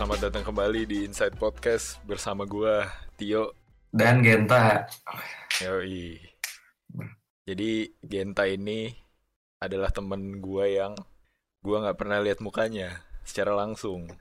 selamat datang kembali di Inside Podcast bersama gua Tio dan Genta. Yoi. Jadi Genta ini adalah temen gua yang gua nggak pernah lihat mukanya secara langsung.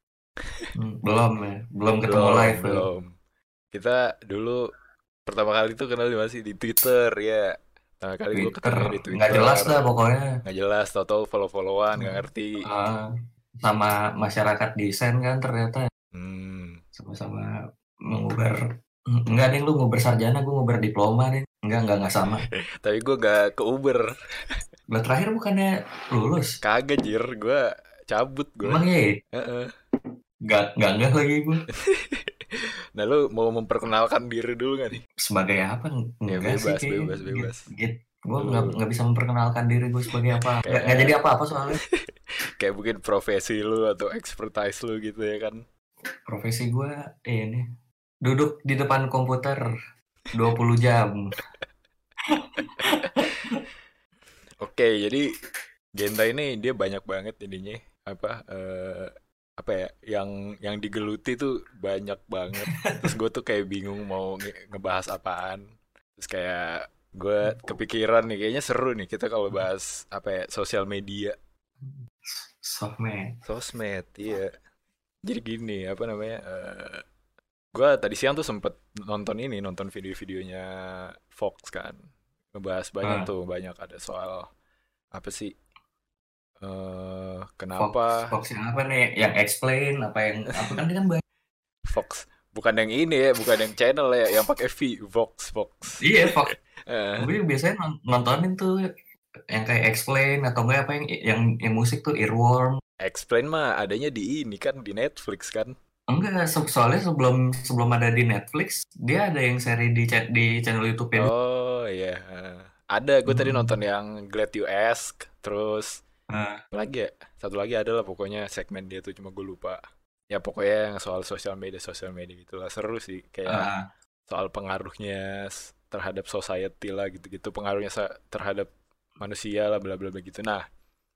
Belum ketemu live. Belum. Kita dulu pertama kali tuh kenal masih di Twitter ya. Pertama kali gua Twitter, ketemu di Twitter. nggak jelas dah pokoknya. Nggak jelas, tau-tau follow-followan, nggak ngerti. Sama masyarakat desain kan ternyata. Sama-sama mengubar. Enggak nih, lu ngubar sarjana, gue ngubar diploma nih. Enggak sama. Tapi gue gak ke Uber. Lah terakhir bukannya lulus? Kagak jir, gue cabut gue. Emang ya? Enggak lagi gue. Nah lu mau memperkenalkan diri dulu gak nih? Sebagai apa? Enggak Ya, sih, bebas. Gue nggak bisa memperkenalkan diri gue sebagai apa. Nggak jadi apa-apa soalnya. Kayak mungkin profesi lu atau expertise lu gitu ya kan? Profesi gue ini duduk di depan komputer 20 jam. Oke, jadi Genta ini dia banyak banget ininya apa ya yang digeluti tuh banyak banget. Terus gue tuh kayak bingung mau ngebahas apaan. Terus kayak gue kepikiran nih kayaknya seru nih kita kalau bahas apa ya, sosial media. Sosmed, iya. Jadi gini, apa namanya? Gue tadi siang tuh sempet nonton video-videonya Fox kan, ngebahas banyak ada soal apa sih? Kenapa Fox yang apa nih? Yang explain apa kan dia kan banyak. Fox bukan yang ini ya, bukan yang channel ya, yang pakai Vox. Iya Fox. Gue biasanya nontonin tuh yang kayak explain atau enggak apa yang musik tuh Earworm. Explain mah adanya di ini kan di Netflix kan? Enggak, soalnya sebelum ada di Netflix, dia ada yang seri di channel YouTube-nya. Oh iya, ada. Gue tadi nonton yang Glad You Ask, terus apa lagi ya? Satu lagi ada lah pokoknya segmen dia tuh cuma gue lupa. Ya pokoknya yang soal sosial media gitulah, seru sih kayak soal pengaruhnya terhadap society lah gitu-gitu, pengaruhnya terhadap manusia lah bla bla begitu. Nah,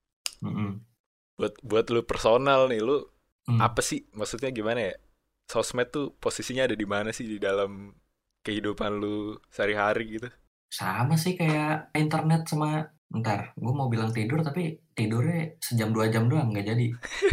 buat lu personal nih, lu apa sih maksudnya gimana ya? Sosmed tuh posisinya ada di mana sih di dalam kehidupan lu sehari-hari gitu? Sama sih kayak internet sama bentar, gue mau bilang tidur tapi tidurnya sejam 2 jam doang nggak jadi.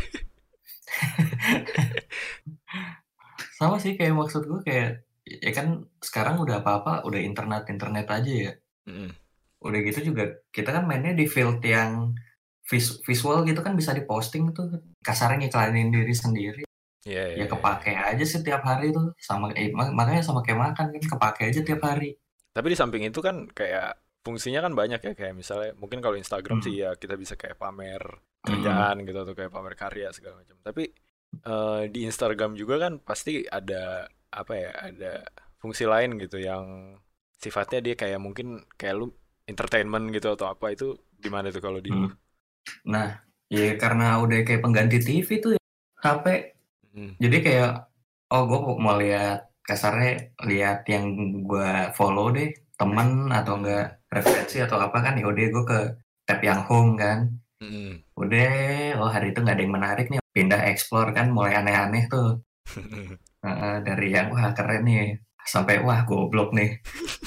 Sama sih kayak maksud gue kayak ya kan sekarang udah apa-apa udah internet aja ya. Udah gitu juga kita kan mainnya di field yang visual gitu kan bisa diposting tuh, kasarnya ngiklanin diri sendiri. Ya kepake aja sih tiap hari tuh sama makanya sama kayak makan kan kepake aja tiap hari. Tapi di samping itu kan kayak fungsinya kan banyak ya, kayak misalnya mungkin kalau Instagram sih ya kita bisa kayak pamer kerjaan gitu atau kayak pamer karya segala macam. Tapi di Instagram juga kan pasti ada apa ya, ada fungsi lain gitu yang sifatnya dia kayak mungkin kayak lu entertainment gitu atau apa, itu gimana tuh kalau di lu? Nah, ya karena udah kayak pengganti TV tuh ya, HP. Jadi kayak gue mau lihat kasarnya lihat yang gue follow deh temen atau enggak referensi atau apa kan, ya udah gue ke tab yang home kan. Udah hari itu nggak ada yang menarik nih, pindah explore kan, mulai aneh-aneh tuh. Dari yang wah keren nih sampai wah goblok nih.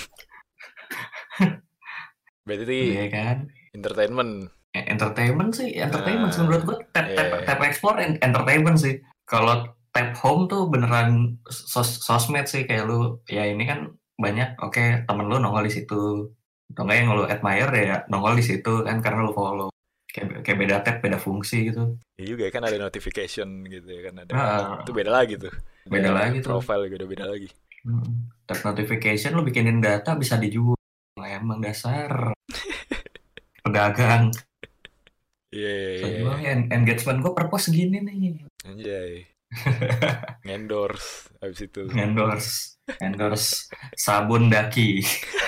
Berarti ya kan entertainment sih menurut gue tab explore entertainment sih. Kalau tab home tuh beneran sosmed sih, kayak lu ya ini kan banyak temen lu nongol di situ atau enggak yang lu admire ya nongol di situ kan karena lu follow, kayak beda tab beda fungsi gitu. Iya juga kan ada notification gitu ya kan, ada itu beda lagi tuh, beda lagi tuh profile juga udah beda lagi. Tab notification lu bikinin data bisa dijual, emang dasar pedagang. Engagement gue per post segini nih. Anjay. Endorse abis itu. Endorse sabun daki.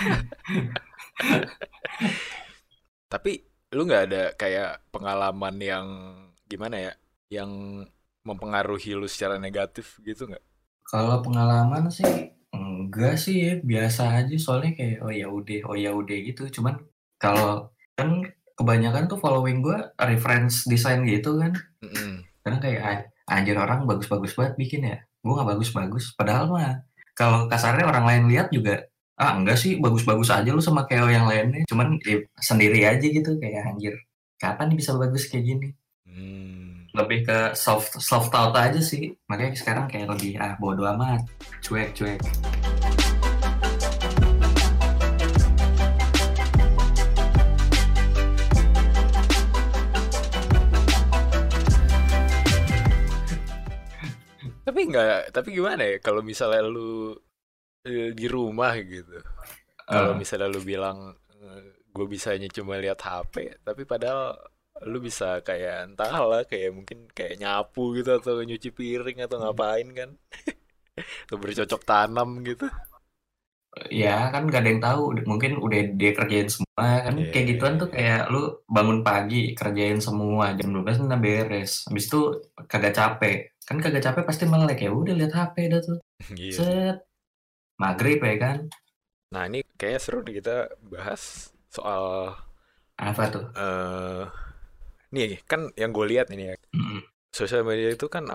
Tapi lu nggak ada kayak pengalaman yang gimana ya, yang mempengaruhi lu secara negatif gitu nggak? Kalau pengalaman sih enggak sih ya, biasa aja soalnya kayak oh ya udah gitu. Cuman kalau kan kebanyakan tuh following gue reference desain gitu kan. Karena bilang kayak anjir orang bagus-bagus banget bikin ya. Gue nggak bagus-bagus. Padahal mah kalau kasarnya orang lain lihat juga enggak sih bagus-bagus aja lu sama kayak yang lainnya. Cuman sendiri aja gitu kayak anjir. Kapan nih bisa bagus kayak gini? Lebih ke self thought aja sih. Makanya sekarang kayak lebih bodo amat. Cuek. Tapi gimana ya kalau misalnya lu di rumah gitu. Kalau misalnya lu bilang gue bisanya cuma lihat HP, tapi padahal lu bisa kayak entahlah kayak mungkin kayak nyapu gitu atau nyuci piring atau ngapain kan. Atau bercocok tanam gitu. Ya kan gak ada yang tahu, mungkin udah dia kerjain semua kan. Kayak gituan tuh kayak lu bangun pagi kerjain semua jam 12 udah beres, habis itu kagak capek kan, kagak capek pasti melek, ya udah lihat HP dah tuh. Set maghrib ya kan. Nah ini kayaknya seru nih kita bahas soal apa tuh. Nih kan yang gue lihat ini ya, sosial media itu kan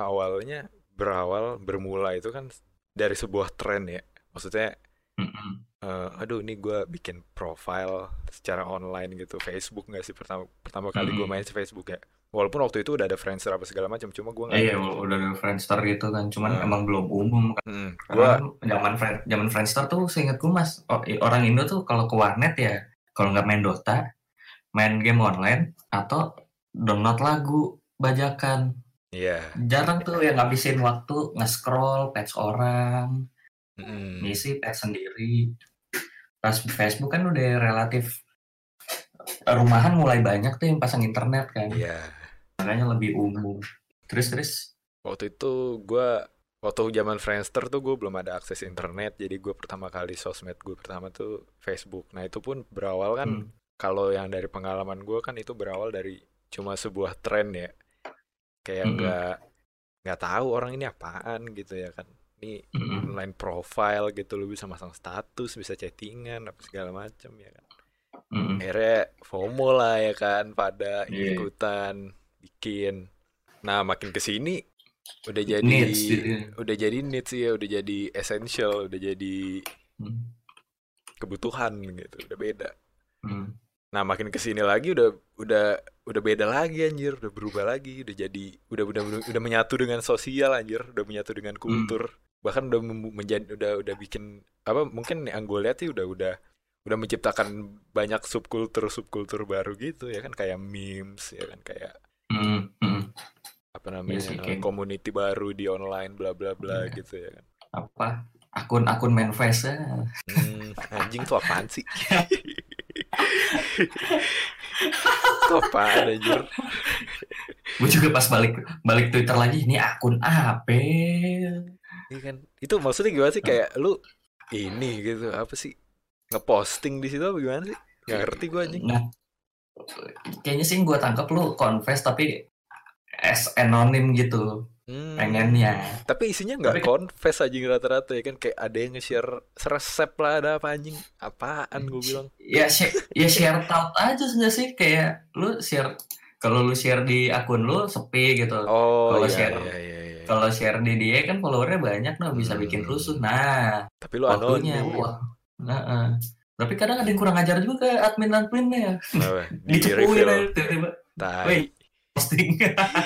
bermula itu kan dari sebuah tren ya, maksudnya aduh ini gue bikin profile secara online gitu, Facebook nggak sih pertama kali gue main Facebook ya, walaupun waktu itu udah ada Friendster apa segala macam, cuma gue nggak. Iya udah ada Friendster gitu kan, cuman emang belum umum kan. Zaman Friendster tuh seingat gue mas, orang Indo tuh kalau ke warnet ya kalau nggak main Dota, main game online atau download lagu bajakan. Jarang tuh yang ngabisin waktu nge-scroll page orang, ngisi page sendiri. Pas Facebook kan udah relatif rumahan mulai banyak tuh yang pasang internet kan. Makanya lebih umum. Terus waktu itu waktu zaman Friendster tuh gue belum ada akses internet, jadi gue pertama kali sosmed gue pertama tuh Facebook. Nah itu pun berawal kan, kalau yang dari pengalaman gue kan itu berawal dari cuma sebuah tren ya, kayak nggak tahu orang ini apaan gitu ya kan. Ini online profile gitu, lu bisa masang status, bisa chattingan apa segala macam ya kan. Akhirnya FOMO lah ya kan, pada ikutan bikin. Nah makin kesini udah jadi needs ya, udah jadi essential, udah jadi kebutuhan gitu, udah beda. Nah makin kesini lagi udah beda lagi anjir, udah berubah lagi, udah menyatu dengan sosial anjir, udah menyatu dengan kultur. Bahkan udah bikin apa, mungkin yang gue lihat sih udah menciptakan banyak subkultur baru gitu ya kan, kayak memes ya kan, kayak apa namanya, community baru di online bla bla bla gitu ya kan. Apa akun manifest anjing tuh apaan sih? Tuh apaan anjir? Gue juga pas balik Twitter lagi, ini akun apa? Iya kan, itu maksudnya gimana sih, kayak lu ini gitu apa sih, ngeposting di situ apa gimana sih? Nggak ngerti gue anjing. Nah, kayaknya sih gue tangkap lu confess tapi as anonim gitu. Pengennya. Tapi isinya nggak confess anjing rata-rata ya kan, kayak ada yang nge-share resep lah, ada apa anjing? Apaan gue bilang? Ya share thought aja nggak sih, kayak lu share, kalau lu share di akun lu sepi gitu. Kalau share di dia kan followernya banyak, bisa bikin rusuh. Nah, tapi lu anonim. Tapi kadang ada yang kurang ajar juga admin-adminnya. Dicepuin aja tiba-tiba. Posting.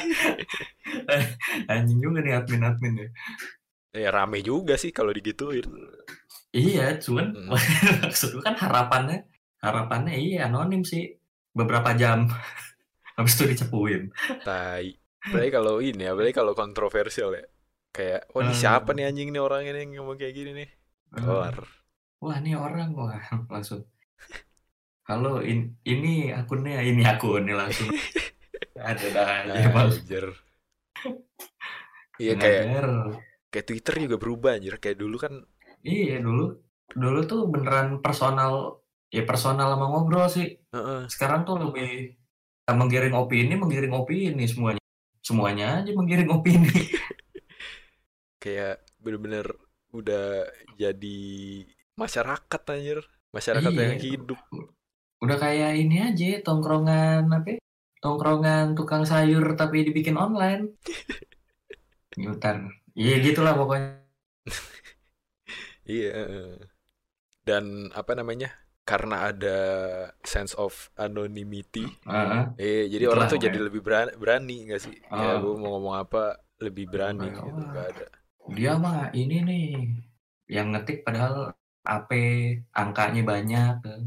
Anjing juga nih admin-admin ya. Rame juga sih kalau digituin. Iya, cuman maksud gue kan harapannya iya anonim sih beberapa jam. Habis itu dicepuin. Apalagi kalau apalagi kalau kontroversial ya. Kayak, ini siapa nih anjing nih orang ini yang ngomong kayak gini nih. Kelar. Wah, ini orang langsung. Halo, ini akunnya langsung. Ada anjir. Iya kayak Twitter juga berubah anjir. Kayak dulu kan. Iya, dulu tuh beneran personal sama ngobrol sih. Sekarang tuh lebih menggiring opini semuanya aja menggiring opini. Kayak bener-bener udah jadi masyarakat anjir, masyarakat yang hidup. Udah kayak ini aja tongkrongan tukang sayur tapi dibikin online. Nyutar. Iya gitulah pokoknya. Iya. Dan apa namanya? Karena ada sense of anonymity. Heeh. Jadi orang Itulah tuh jadi pokoknya. lebih berani, berani nggak sih? Kayak gue Oh, mau ngomong apa lebih berani kayak, gitu. wah, Nggak ada. dia mah ini nih yang ngetik padahal AP angkanya banyak kan.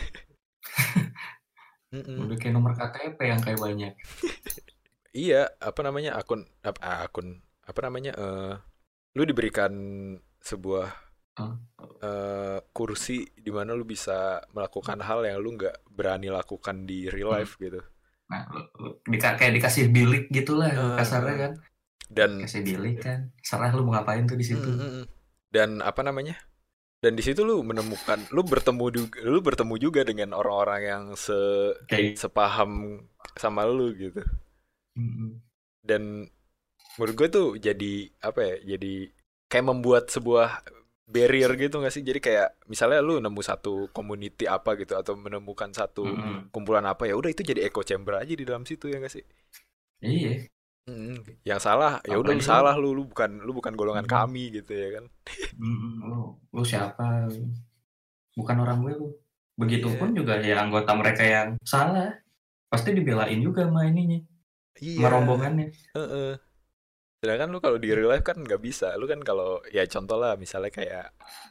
Mm-mm. Udah kayak nomor KTP yang kayak banyak. Iya, apa namanya akun apa namanya? Lu diberikan sebuah Hah? kursi di mana lu bisa melakukan hal yang lu nggak berani lakukan di real Hmm. life gitu. Nah, kayak dikasih bilik gitulah Eh, kasarnya eh. kan. Dan Kasih bilik kan. Serah lu mau ngapain tuh di mm, situ. mm, mm. Dan apa namanya? Dan di situ lu bertemu juga dengan orang-orang yang Kayak sepaham sama lu gitu. mm, Dan menurut gue tuh jadi apa ya? Jadi kayak membuat sebuah barrier gitu gak sih? Jadi kayak misalnya lu nemu satu community apa gitu atau menemukan satu mm. kumpulan apa ya udah itu jadi echo chamber aja di dalam situ ya gak sih? Iya, Yang salah ya udah lu apalagi salah lu lu bukan golongan mm, kami gitu ya kan? lu siapa? Bukan orang gue lu. Iya, Begitupun juga ya anggota mereka yang salah pasti dibelain juga sama ininya, sama iya, rombongannya. heeh. Sedangkan lu kalau di real life kan nggak bisa. Lu kan kalau ya contoh lah misalnya kayak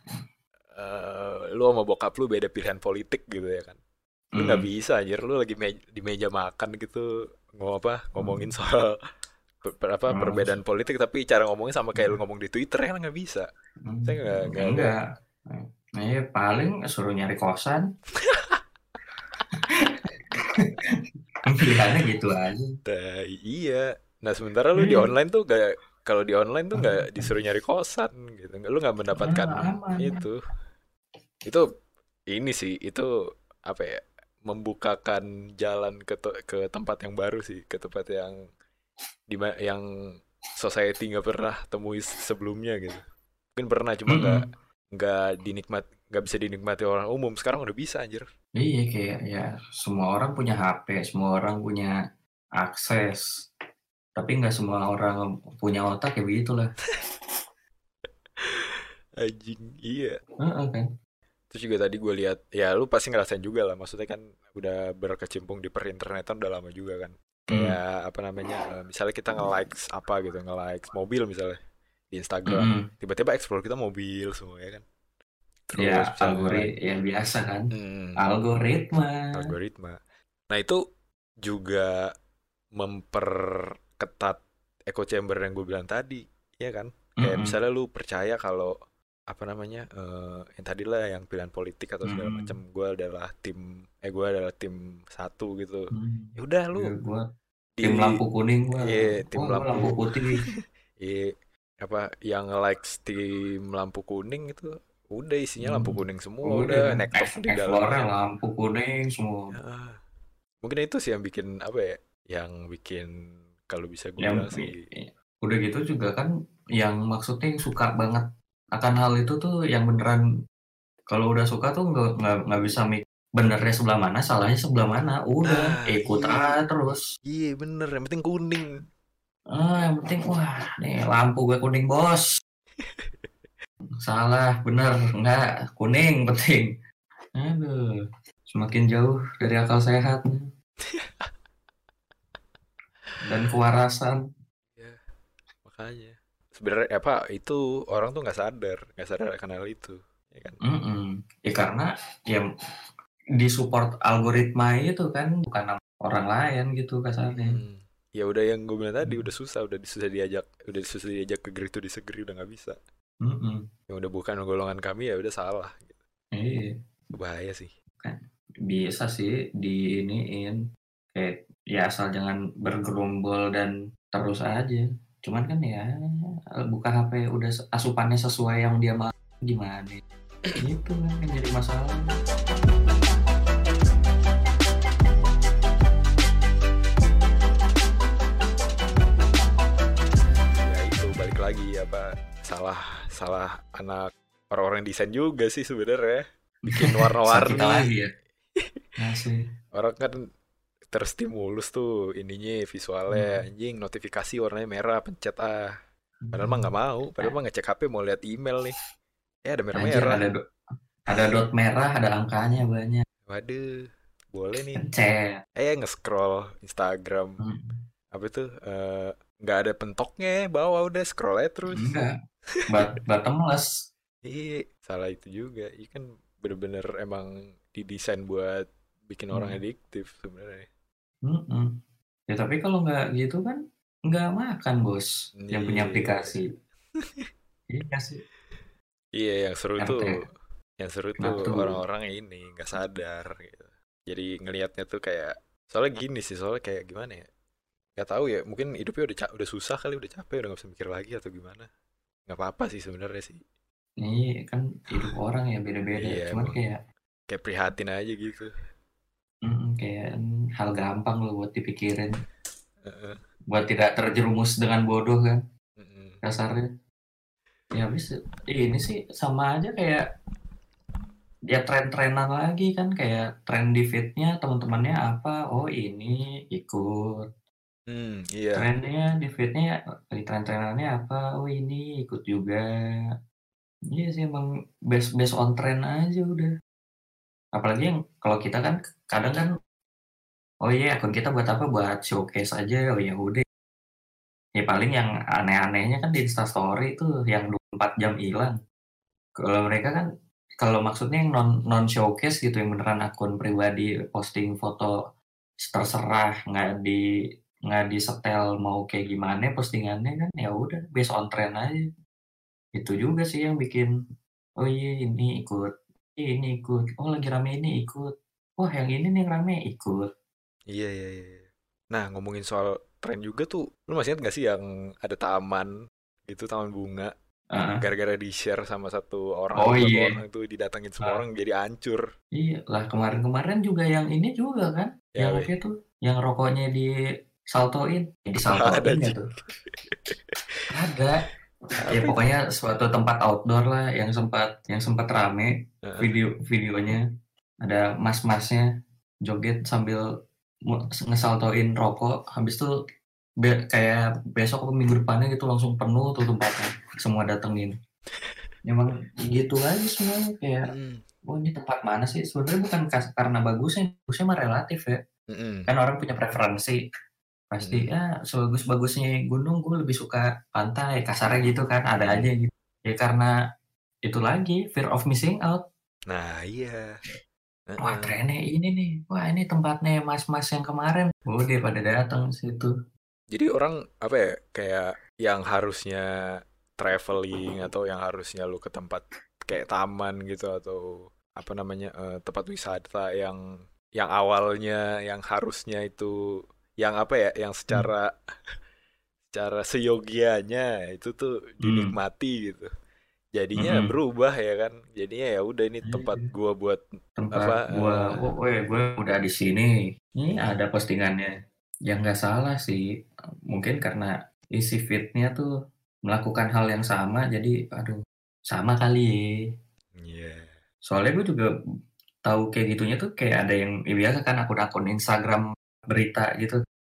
lu sama bokap lu beda pilihan politik gitu ya kan. Lu nggak Mm. bisa anjir lu lagi di meja makan gitu ngomongin soal Oh, perbedaan politik tapi cara ngomongnya sama kayak lu ngomong di Twitter kan nggak bisa. Saya nggak ada. enggak. Nah, ya paling suruh nyari kosan. Pilihannya gitu aja. Iya. Nah sementara lu di Iya, online tuh gak kalau di online tuh nggak disuruh nyari kosan gitu. Lu nggak mendapatkan aman. itu. Itu ini sih itu apa ya? Membukakan jalan ke tempat yang baru sih, ke tempat yang yang society nggak pernah temui sebelumnya gitu. Mungkin pernah cuma Mm-mm. nggak bisa dinikmati orang umum. Sekarang udah bisa anjir. Iya kayak ya semua orang punya HP, semua orang punya akses. Tapi nggak semua orang punya otak ya begitulah. Anjing, iya. Heeh kan. Terus juga tadi gue lihat, ya lu pasti ngerasain juga lah. Maksudnya kan udah berkecimpung di perinternetan udah lama juga kan. Hmm. Kayak apa namanya, misalnya kita nge-likes apa gitu, nge-likes mobil misalnya di Instagram. Mm-mm. Tiba-tiba explore kita mobil semua ya kan. Ya Terus misalnya yang biasa kan. hmm, Algoritma. algoritma. Nah itu juga memperketat echo chamber yang gue bilang tadi, ya kan? Kayak Mm-mm. misalnya lu percaya kalau apa namanya yang tadi lah yang pilihan politik atau segala macam Mm-mm. gue adalah tim satu gitu. Hmm. Ya udah lu Ya, gua tim di lampu kuning gua. tim Wah, gua lampu lampu putih. apa yang likes tim lampu kuning itu udah isinya lampu Hmm. kuning semua Udah udah kan. nektok di Explore dalamnya. lampu kuning semua. Ya, mungkin itu sih yang bikin apa ya yang bikin kalau bisa gue Yang bilang sih udah gitu juga kan yang maksudnya yang suka banget akan hal itu tuh yang beneran kalau udah suka tuh nggak bisa benernya sebelah mana, salahnya sebelah mana. Udah nah ikut iya aja terus. iya bener yang penting kuning. Yang penting wah nih lampu gue kuning bos. Salah, bener, enggak, kuning penting. Aduh, semakin jauh dari akal sehat dan kewarasan. Ya, makanya sebenarnya apa itu orang tuh nggak sadar akan hal itu ya kan. Mm-mm. Ya karena ya disupport algoritma itu kan bukan nama orang lain gitu kasarnya. Ya udah yang gue bilang tadi udah susah diajak ke Great to Disagree udah nggak bisa. Mm-mm. Yang udah bukan golongan kami ya udah salah gitu. Iya, Bahaya sih. kan bisa sih diiniin kayak ya asal jangan bergerombol dan terus aja. Cuman kan ya buka HP udah asupannya sesuai yang dia mau gimana? Gitu kan yang jadi masalah. Ya itu balik lagi apa salah salah anak orang-orang desain juga sih sebenarnya bikin Asal kita warna-warni. lagi ya. Asli. Orang kan terstimulus tuh ininya visualnya Mm. anjing notifikasi warnanya merah pencet ah Padahal mah nggak mau, padahal mah ngecek HP mau lihat email nih. Ada Anjir, merah-merah. ada dot merah, ada angkanya banyak. Waduh, boleh nih. Kencet. Nge-scroll Instagram. Hmm. Apa itu? Nggak ada pentoknya, bawa udah scroll aja terus. Enggak, bottomless. Iya, salah itu juga. Iya kan bener-bener emang didesain buat bikin orang Hmm. adiktif sebenarnya. Mm-mm. Ya tapi kalau nggak gitu kan nggak makan bos yang punya Iya, aplikasi. Iya sih. iya RT. yang seru tuh Kenapa tuh? orang-orang ini nggak sadar gitu. Jadi ngelihatnya tuh kayak, soalnya gini sih, soalnya kayak gimana ya? Gak tahu ya, mungkin hidupnya udah susah kali, udah capek, udah nggak bisa mikir lagi atau gimana. Nggak apa-apa sih sebenarnya sih. Ini kan hidup orang ya beda-beda. Iya Cuman emang kayak kayak prihatin aja gitu. kayak hal gampang loh buat dipikirin, Heeh, buat tidak terjerumus dengan bodoh kan mm-mm. kasarnya. Ya habis ini sih sama aja kayak ya tren-trenan lagi kan kayak tren di feed-nya teman-temannya apa, oh ini ikut. Iya. Trennya di feed-nya lagi tren-trenannya apa, oh ini ikut juga. Iya sih emang based based on trend aja udah. Apalagi yang kalau kita kan kadang kan, oh iya akun kita buat apa, buat showcase aja, oh ya udah. Ya paling yang aneh-anehnya kan di Instastory tuh yang 24 jam hilang. Kalau mereka kan kalau maksudnya yang non showcase gitu yang beneran akun pribadi posting foto terserah nggak disetel mau kayak gimana postingannya kan ya udah based on trend aja. Itu juga sih yang bikin, oh iya ini ikut, ini ikut, oh lagi rame ini ikut, wah yang ini nih yang rame ikut. Iya, iya, iya, iya. Nah, ngomongin soal tren juga tuh, lu masih ingat gak sih yang ada taman gitu, taman bunga, Heeh. gara-gara di-share sama satu orang Oh atau berapa iya. orang itu didatangin semua Heeh. orang jadi hancur. Iya lah kemarin-kemarin juga yang ini juga kan, Ya, yang weh. apa itu, yang rokoknya disaltoin, Ada disaltoin ya sih. tuh? Ada. Ya Apa itu? pokoknya suatu tempat outdoor lah yang sempat rame Heeh. videonya ada mas-masnya joget sambil ngesaltoin rokok habis itu kayak besok atau minggu depannya gitu langsung penuh tuh tempatnya semua datengin. Emang gitu aja semuanya kayak, Mm-mm. oh ini tempat mana sih sebenarnya bukan karena bagusnya mah relatif ya Mm-mm. kan orang punya preferensi. Pasti, Mm-mm. ya sebagus-bagusnya gunung gue lebih suka pantai, kasarnya gitu kan, ada aja Mm-mm. gitu. Ya karena itu lagi, fear of missing out. Nah, iya. Wah Heeh. trennya ini nih, wah ini tempatnya mas-mas yang kemarin. Udah pada datang situ. Jadi orang apa ya, kayak yang harusnya traveling atau yang harusnya lu ke tempat kayak taman gitu atau apa namanya, tempat wisata yang awalnya yang harusnya itu yang apa ya, yang Hmm. secara secara seyogianya itu tuh Hmm. dinikmati gitu. Jadinya Mm-mm. berubah ya kan. Jadinya ya udah, ini tempat Iya. gua buat Tempat apa, gua, oh, gue udah di sini. Ini mm, ada postingannya. Yang nggak salah sih, mungkin karena isi feed-nya tuh melakukan hal yang sama, jadi aduh sama kali ya. iya. Soalnya gue juga tahu kayak gitunya tuh kayak ada yang ya biasa kan akun-akun Instagram berita gitu.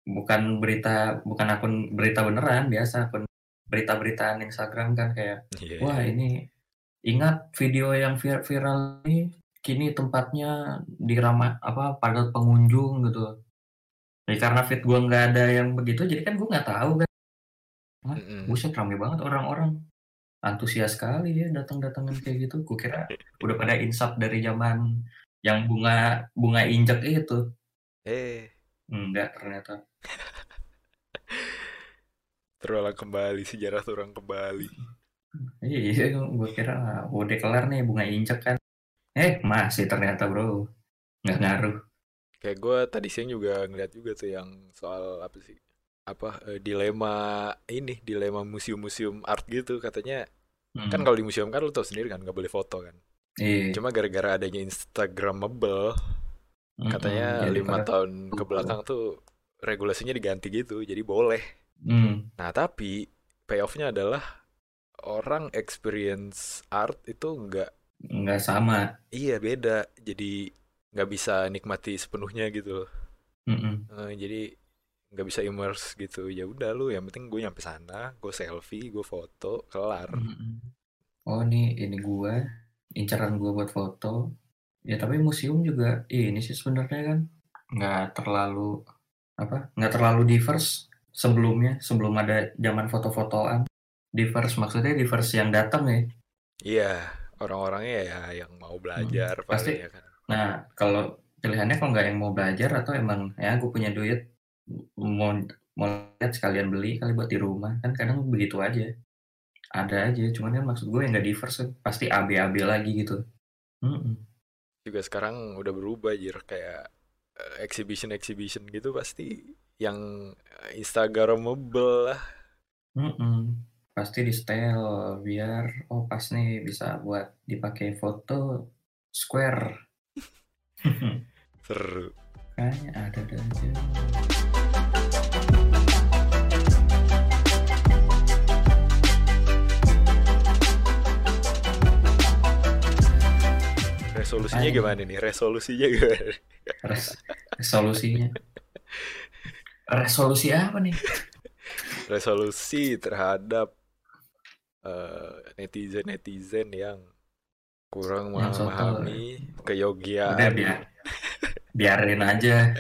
Bukan akun berita beneran, biasa akun berita-beritaan Instagram kan kayak, Iya, wah iya. ini ingat video yang viral ini kini tempatnya diramai apa padat pengunjung gitu. Ya karena feed gue nggak ada yang begitu jadi kan gue nggak tahu kan. Wah, Mm-mm. buset rame banget orang-orang. Antusias sekali ya datang-datangan kayak gitu. Kukira udah pada insap dari zaman yang bunga bunga injek itu. eh Enggak ternyata. Terulang kembali, sejarah terulang kembali. Iya, gue kira udah kelar nih bunga injek kan. Masih ternyata bro. Nggak ngaruh. Kayak gue tadi siang juga ngeliat juga tuh yang soal apa sih, apa, dilema museum-museum art gitu katanya. Kan Hmm. kalau di museum kan lu tau sendiri kan nggak boleh foto kan. Iya. Cuma gara-gara adanya Instagramable, katanya Jadi 5 pada tahun ke tutup. belakang tuh regulasinya diganti gitu, jadi boleh. Hmm. Nah tapi payoffnya adalah orang experience art itu nggak, Nggak sama. iya beda, jadi nggak bisa nikmati sepenuhnya gitu loh. Mm-mm. Jadi nggak bisa immerse gitu. Ya udah lu, yang penting gue nyampe sana, gue selfie, gue foto, kelar. Oh ini gua, incaran gua buat foto. Ya tapi museum juga ini sih sebenarnya kan nggak terlalu nggak terlalu diverse sebelumnya, sebelum ada zaman foto-fotoan. Diverse maksudnya diverse yang datang ya. Iya, orang-orangnya ya yang mau belajar Pasti. paling ya kan. Nah kalau pilihannya kalau nggak yang mau belajar atau emang ya gue punya duit mau mau lihat sekalian beli kali buat di rumah kan kadang begitu aja. Ada aja, cuman kan maksud gue yang nggak diverse pasti AB-AB lagi gitu. Mm-mm. Juga sekarang udah berubah jir, kayak exhibition gitu pasti yang Instagramable lah. Mm-mm. Pasti di setel biar pas nih bisa buat dipakai foto square. Seru. Kayaknya ada aja. Resolusinya gimana nih? Resolusinya gimana? Resolusinya. Resolusi apa nih? Resolusi terhadap netizen yang kurang Yang soto. memahami Udah keyogiaan. biarin aja.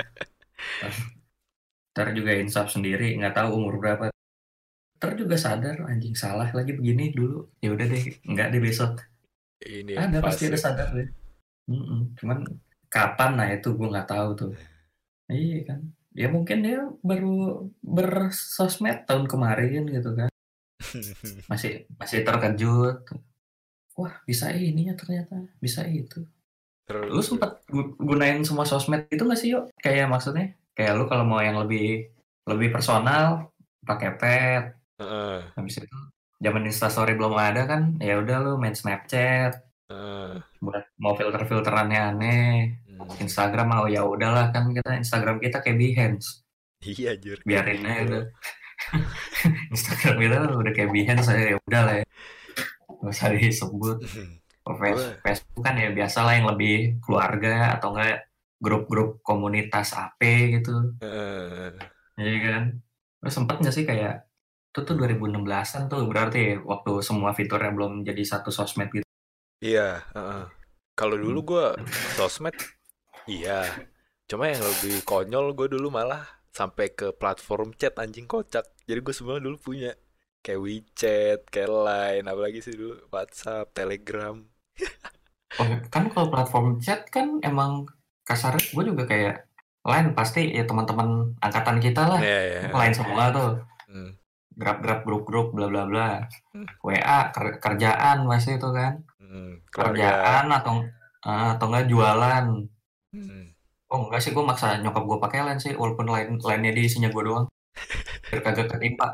Ntar juga insaf sendiri, nggak tahu umur berapa. Ntar juga sadar anjing salah lagi begini dulu. Ya udah deh, nggak deh besok. Ini ya Ada pasti ada fase. sadar deh. Cuman kapan nah itu gue nggak tahu tuh. Iya kan. Ya mungkin dia baru bersosmed tahun kemarin gitu kan. Masih terkejut. Wah, bisa ini ya ternyata, bisa itu. Lu Terus sempet gunain semua sosmed itu nggak sih, yuk? Kayak maksudnya, kayak lu kalau mau yang lebih lebih personal pakai pet. Habis itu zaman Instastory belum ada kan, ya udah lu main Snapchat buat mau filter-filteran aneh. Instagram mau ya udahlah kan kita Instagram kita kayak Behance. iya jur kayak Biarin aja gitu. udah. Instagram kita udah kayak Behance aja ya udah lah ya. Nggak usah disebut. Gue Facebook kan ya biasa lah yang lebih keluarga atau enggak grup-grup komunitas AP gitu. Iya kan? Lu sempet nggak sih kayak itu tuh 2016-an tuh berarti ya, waktu semua fiturnya belum jadi satu sosmed gitu. iya, kalau dulu Hmm. gue sosmed iya, cuma yang lebih konyol gue dulu malah sampai ke platform chat, anjing kocak. Jadi gue sebenarnya dulu punya kayak WeChat, kayak Line, apalagi sih dulu WhatsApp, Telegram. Oh, kan kalau platform chat kan emang kasarnya gue juga kayak lain pasti ya teman-teman angkatan kita lah. Iya, ya, Lain semua tuh. hmm, Grab-grab grup-grup bla bla bla. hmm, WA kerjaan masih itu kan. keluarga. Kerjaan atau enggak jualan. hmm. Oh enggak sih, gue maksa nyokap gue pakai line sih, walaupun line-nya di isinya gue doang, biar kagak ketimpa,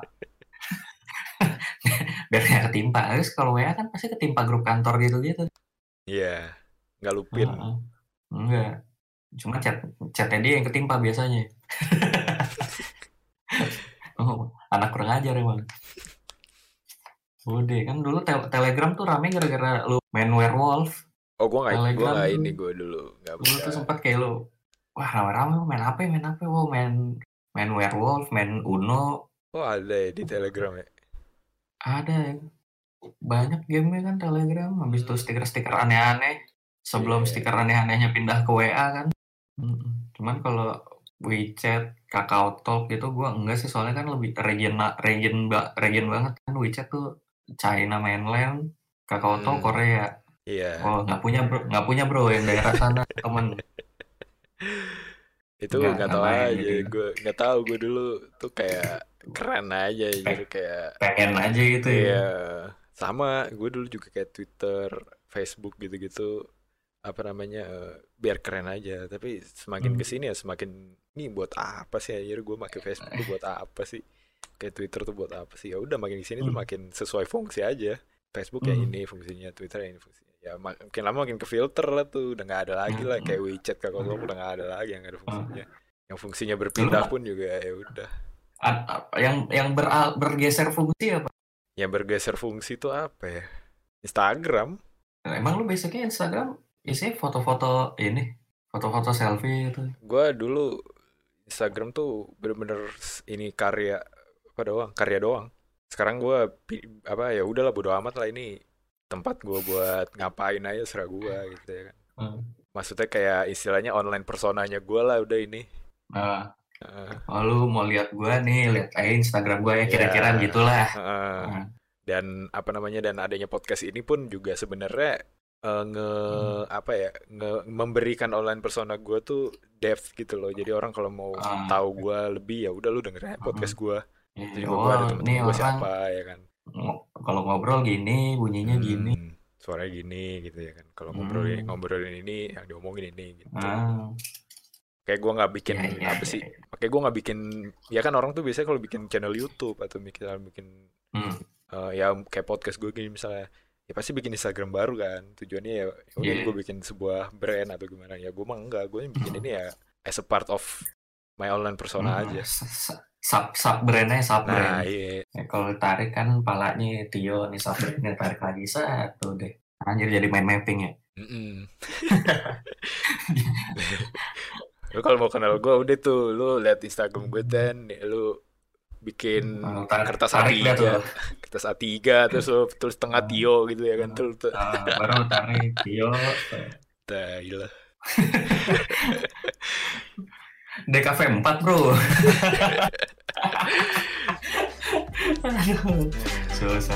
biar nggak ketimpa. Terus kalau WA kan pasti ketimpa grup kantor gitu-gitu. Iya, nggak lupin. Heeh. Enggak, cuma chatnya dia yang ketimpa biasanya. Oh, anak kurang ajar emang. Udah kan dulu Telegram tuh rame gara-gara lu main Werewolf. Oh, gue Telegram nggak tuh, ini, gue dulu nggak dulu buka. tuh sempat kayak lu, wah rame-rame main apa, wow main Werewolf, main Uno, Oh, ada ya di Telegram ya. ada ya. Banyak game kan Telegram, habis itu Hmm, stiker-stiker aneh-aneh, sebelum iya. stiker aneh-anehnya pindah ke WA kan. Cuman kalau WeChat, KakaoTalk gitu gua enggak sih, soalnya kan lebih region banget kan WeChat tuh China mainland, KakaoTalk Hmm, Korea. iya. Oh, nggak punya bro yang daerah sana temen, Itu nggak nggak tahu main aja, gitu. gue nggak tahu, gue dulu tuh kayak keren aja, jadi Pe- kayak Pengen aja gitu ya. iya, sama gue dulu juga kayak Twitter, Facebook gitu-gitu, apa namanya, biar keren aja. Tapi semakin Hmm. kesini ya semakin, nih buat apa sih akhirnya gue pakai Facebook tuh buat apa sih, kayak Twitter tuh buat apa sih. Ya udah, makin kesini tuh Hmm. makin sesuai fungsi aja. Facebook ya Hmm. ini fungsinya, Twitter ya ini fungsinya. Ya makin lama makin ke filter lah tuh, udah nggak ada lagi lah kayak Hmm. WeChat, kalau udah nggak ada lagi yang ada fungsinya. Hmm. Yang fungsinya Dulu berpindah pun juga ya udah. bergeser fungsi apa? Yang bergeser fungsi tuh apa ya? Instagram. Emang lu basicnya Instagram isinya foto-foto ini, foto-foto selfie gitu? Gua dulu Instagram tuh bener-bener ini karya doang. Sekarang gue apa ya udahlah bodo amat lah, ini tempat gue buat ngapain aja serah gue gitu ya kan. Maksudnya kayak istilahnya online personanya gue lah udah ini. Oh lu mau lihat gue nih, lihat aja Instagram gue ya kira-kira gitulah. Dan apa namanya, dan adanya podcast ini pun juga sebenarnya memberikan online persona gue tuh depth gitu loh. Jadi orang kalau mau tahu gue lebih ya udah lu dengerin podcast gue. Jadi gue ada temen-temen gue siapa ya kan. Kalau ngobrol gini, bunyinya gini, suaranya gini gitu ya kan. Kalau ngobrolin ini yang diomongin ini gitu. Kayak gue nggak bikin apa sih? Kayak gue nggak bikin, ya kan orang tuh biasanya kalau bikin channel YouTube atau bikin ya kayak podcast gue gini misalnya, ya pasti bikin Instagram baru kan. Tujuannya ya udah gue bikin sebuah brand atau gimana. Ya gue mah enggak, gue bikin ini ya as a part of my online persona aja. Sub brandnya sub brand. Nah, iya. Ya, kalau tarik kan palanya Tio nih, sub brandnya tarik lagi satu deh. Anjir jadi main mapping ya. Lu kalau mau kenal gue udah tuh lu lihat Instagram gue dan lu bikin kertas A3 terus lu tulis tengah Tio gitu ya kan. Baru tarik Tio. Gila. DKV 4 bro. Susah.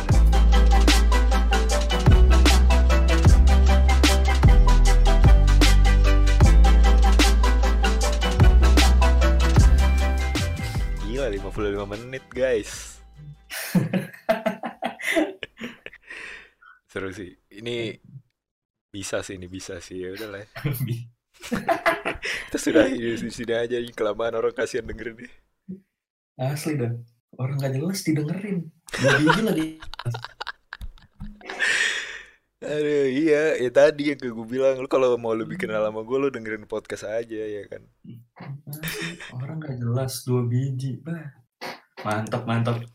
Gila 55 menit guys. Seru sih. Ini bisa sih ya udah lah. Kita sudah di sini aja, kelamaan orang kasihan dengerin nih. Asli dah, orang gak jelas didengerin. Biji lagi. Aduh iya, ya tadi yang gue bilang, lu kalau mau lebih kenal sama gue lu dengerin podcast aja ya kan. Orang gak jelas 2 biji, bah. Mantap.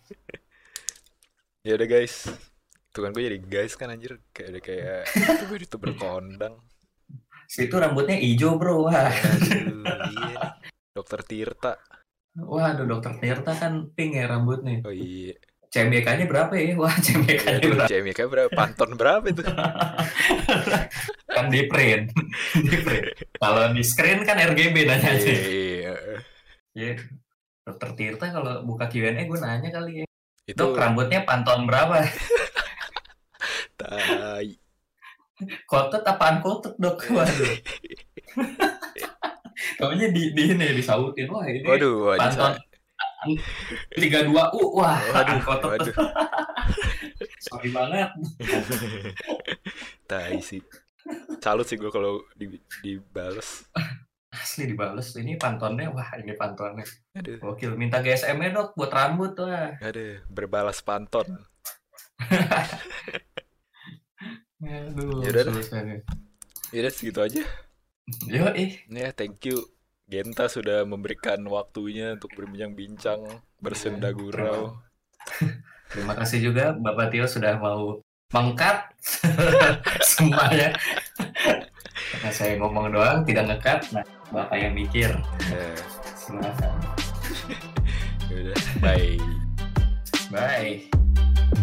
Ya udah guys, tuh kan gue jadi guys kan anjir, kayak itu berkondang. Situ rambutnya hijau bro. Wah. Iya. Dokter Tirta. Waduh, Dokter Tirta kan pink ya rambutnya. Oh iya. CMYK-nya berapa ya? Wah, CMYK-nya berapa? CMYK berapa? Panton berapa itu? Kan di print. Kalau di screen kan RGB nanya aja. Iya. Dokter Tirta kalau buka Q&A gue nanya kali ya. Dok, rambutnya Panton berapa? Tai. Kotet apaan kotet dok? Waduh. Kayaknya disautin. Wah ini Panton 32 wah kotet. Sorry banget. Tai sih. Salut sih gue kalau dibales. Asli dibales. Ini Pantonnya, wah ini Pantonnya. Aduh. Gokil, minta GSM-nya dok buat rambut wah. Aduh, berbalas Panton. Aduh, yaudah segitu aja. Ya, thank you Genta sudah memberikan waktunya untuk berbincang-bincang bersenda gurau. Terima kasih juga Bapak Tio sudah mau mengkat semuanya. Karena saya ngomong doang tidak ngekat, nah Bapak yang mikir. Silakan. Yaudah, bye. Bye.